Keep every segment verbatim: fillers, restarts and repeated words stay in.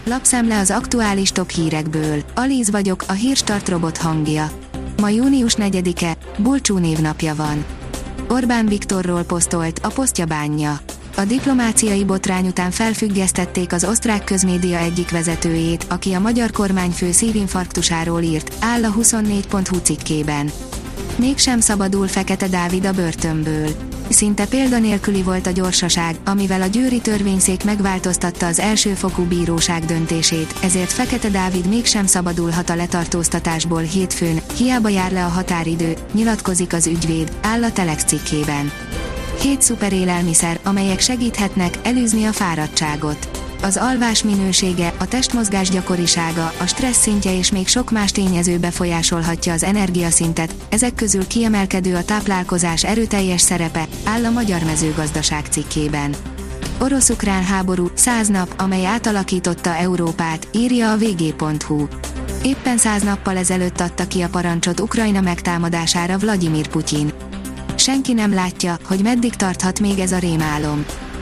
Lapszemle az aktuális top hírekből. Alíz vagyok, a Hírstart robot hangja. Ma június negyedike, Bulcsú névnapja van. Orbán Viktorról posztolt, a posztja bánja. A diplomáciai botrány után felfüggesztették az osztrák közmédia egyik vezetőjét, aki a magyar kormányfő szívinfarktusáról írt, áll a huszonnégy pont hu cikkében. Mégsem szabadul Fekete Dávid a börtönből. Szinte példanélküli volt a gyorsaság, amivel a győri törvényszék megváltoztatta az elsőfokú bíróság döntését, ezért Fekete Dávid mégsem szabadulhat a letartóztatásból hétfőn, hiába jár le a határidő, nyilatkozik az ügyvéd, áll a Telex cikkében. Hét szuperélelmiszer, amelyek segíthetnek elűzni a fáradtságot. Az alvás minősége, a testmozgás gyakorisága, a stressz szintje és még sok más tényező befolyásolhatja az energiaszintet, ezek közül kiemelkedő a táplálkozás erőteljes szerepe, áll a Magyar Mezőgazdaság cikkében. Orosz-ukrán háború, száz nap, amely átalakította Európát, írja a vg pont hu. Éppen száz nappal ezelőtt adta ki a parancsot Ukrajna megtámadására Vladimir Putyin. Senki nem látja, hogy meddig tarthat még ez a rémálom.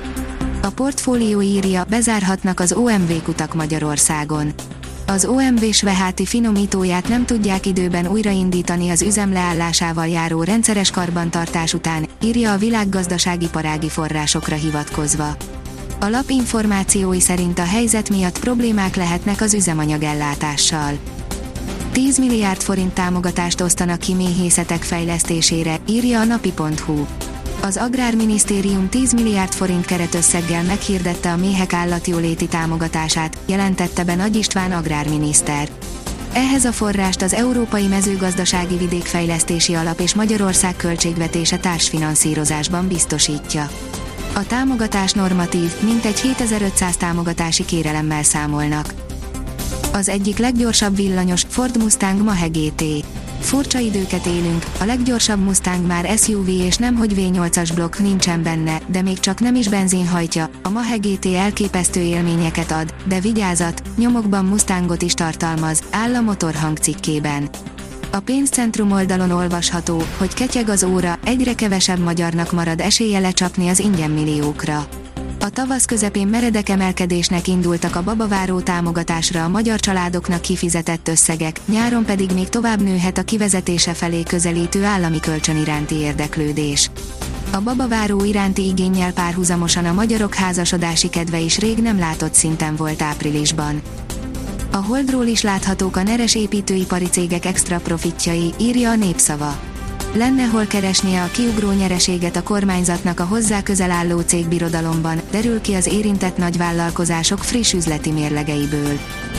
A Portfólió írja, bezárhatnak az o em vé kutak Magyarországon. Az o em vé Sveháti finomítóját nem tudják időben újraindítani az üzem leállásával járó rendszeres karbantartás után, írja a világgazdaságiparági forrásokra hivatkozva. A lap információi szerint a helyzet miatt problémák lehetnek az üzemanyagellátással. tíz milliárd forint támogatást osztanak ki méhészetek fejlesztésére, írja a napi pont hu. Az Agrárminisztérium tíz milliárd forint keretösszeggel meghirdette a méhek állatjóléti támogatását, jelentette be Nagy István agrárminiszter. Ehhez a forrást az Európai Mezőgazdasági Vidékfejlesztési Alap és Magyarország költségvetése társfinanszírozásban biztosítja. A támogatás normatív, mintegy hétezer-ötszáz támogatási kérelemmel számolnak. Az egyik leggyorsabb villanyos, Ford Mustang Mach-E gé té. Furcsa időket élünk, a leggyorsabb Mustang már es u vé és nemhogy vé nyolcas blokk nincsen benne, de még csak nem is benzin hajtja, a Mach-E gé té elképesztő élményeket ad, de vigyázat, nyomokban Mustangot is tartalmaz, áll a Motorhang cikkében. A pénzcentrum oldalon olvasható, hogy ketyeg az óra, egyre kevesebb magyarnak marad esélye lecsapni az ingyenmilliókra. A tavasz közepén meredek emelkedésnek indultak a babaváró támogatásra a magyar családoknak kifizetett összegek, nyáron pedig még tovább nőhet a kivezetése felé közelítő állami kölcsön iránti érdeklődés. A babaváró iránti igénnyel párhuzamosan a magyarok házasodási kedve is rég nem látott szinten volt áprilisban. A Holdról is láthatók a neres építőipari cégek extra profitjai, írja a Népszava. Lenne hol keresnie a kiugró nyereséget a kormányzatnak a hozzá közel álló cégbirodalomban, derül ki az érintett nagyvállalkozások friss üzleti mérlegeiből.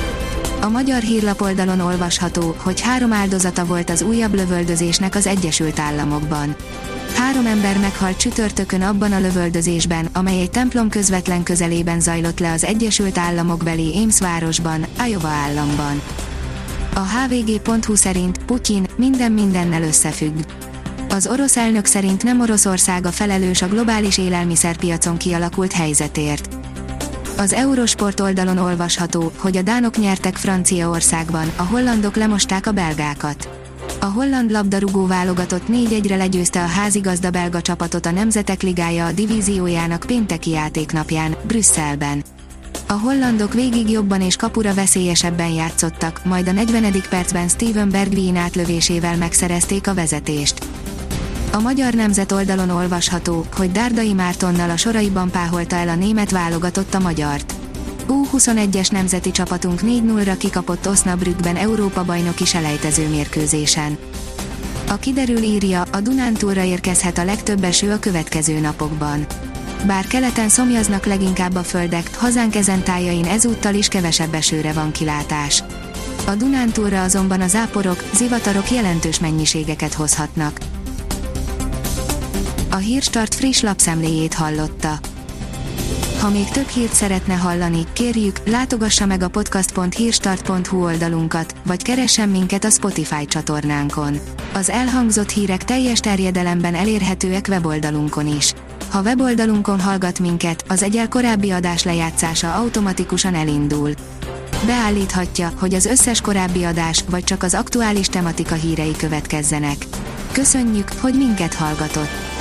A Magyar Hírlap oldalon olvasható, hogy három áldozata volt az újabb lövöldözésnek az Egyesült Államokban. Három ember meghalt csütörtökön abban a lövöldözésben, amely egy templom közvetlen közelében zajlott le az Egyesült Államok beli Ames városban, Iowa államban. A há vé gé pont hu szerint Putyin minden mindennel összefügg. Az orosz elnök szerint nem Oroszország a felelős a globális élelmiszerpiacon kialakult helyzetért. Az Eurosport oldalon olvasható, hogy a dánok nyertek Franciaországban, a hollandok lemosták a belgákat. A holland labdarúgó válogatott négy egyre legyőzte a házigazda belga csapatot a Nemzetek Ligája a divíziójának pénteki játéknapján, Brüsszelben. A hollandok végig jobban és kapura veszélyesebben játszottak, majd a negyvenedik percben Steven Bergwijn átlövésével megszerezték a vezetést. A Magyar Nemzet oldalon olvasható, hogy Dárdai Mártonnal a soraiban páholta el a német válogatott a magyart. U huszonegyes nemzeti csapatunk négy nullra kikapott Osnabrückben Európa-bajnoki selejtező mérkőzésen. A Kiderül írja, a Dunántúlra érkezhet a legtöbb eső a következő napokban. Bár keleten szomjaznak leginkább a földek, hazánk ezen tájain ezúttal is kevesebb esőre van kilátás. A Dunántúlra azonban a záporok, zivatarok jelentős mennyiségeket hozhatnak. A Hírstart friss lapszemléjét hallotta. Ha még több hírt szeretne hallani, kérjük, látogassa meg a podcast pont hírstart pont hu oldalunkat, vagy keressen minket a Spotify csatornánkon. Az elhangzott hírek teljes terjedelemben elérhetőek weboldalunkon is. Ha weboldalunkon hallgat minket, az egyel korábbi adás lejátszása automatikusan elindul. Beállíthatja, hogy az összes korábbi adás, vagy csak az aktuális tematika hírei következzenek. Köszönjük, hogy minket hallgatott!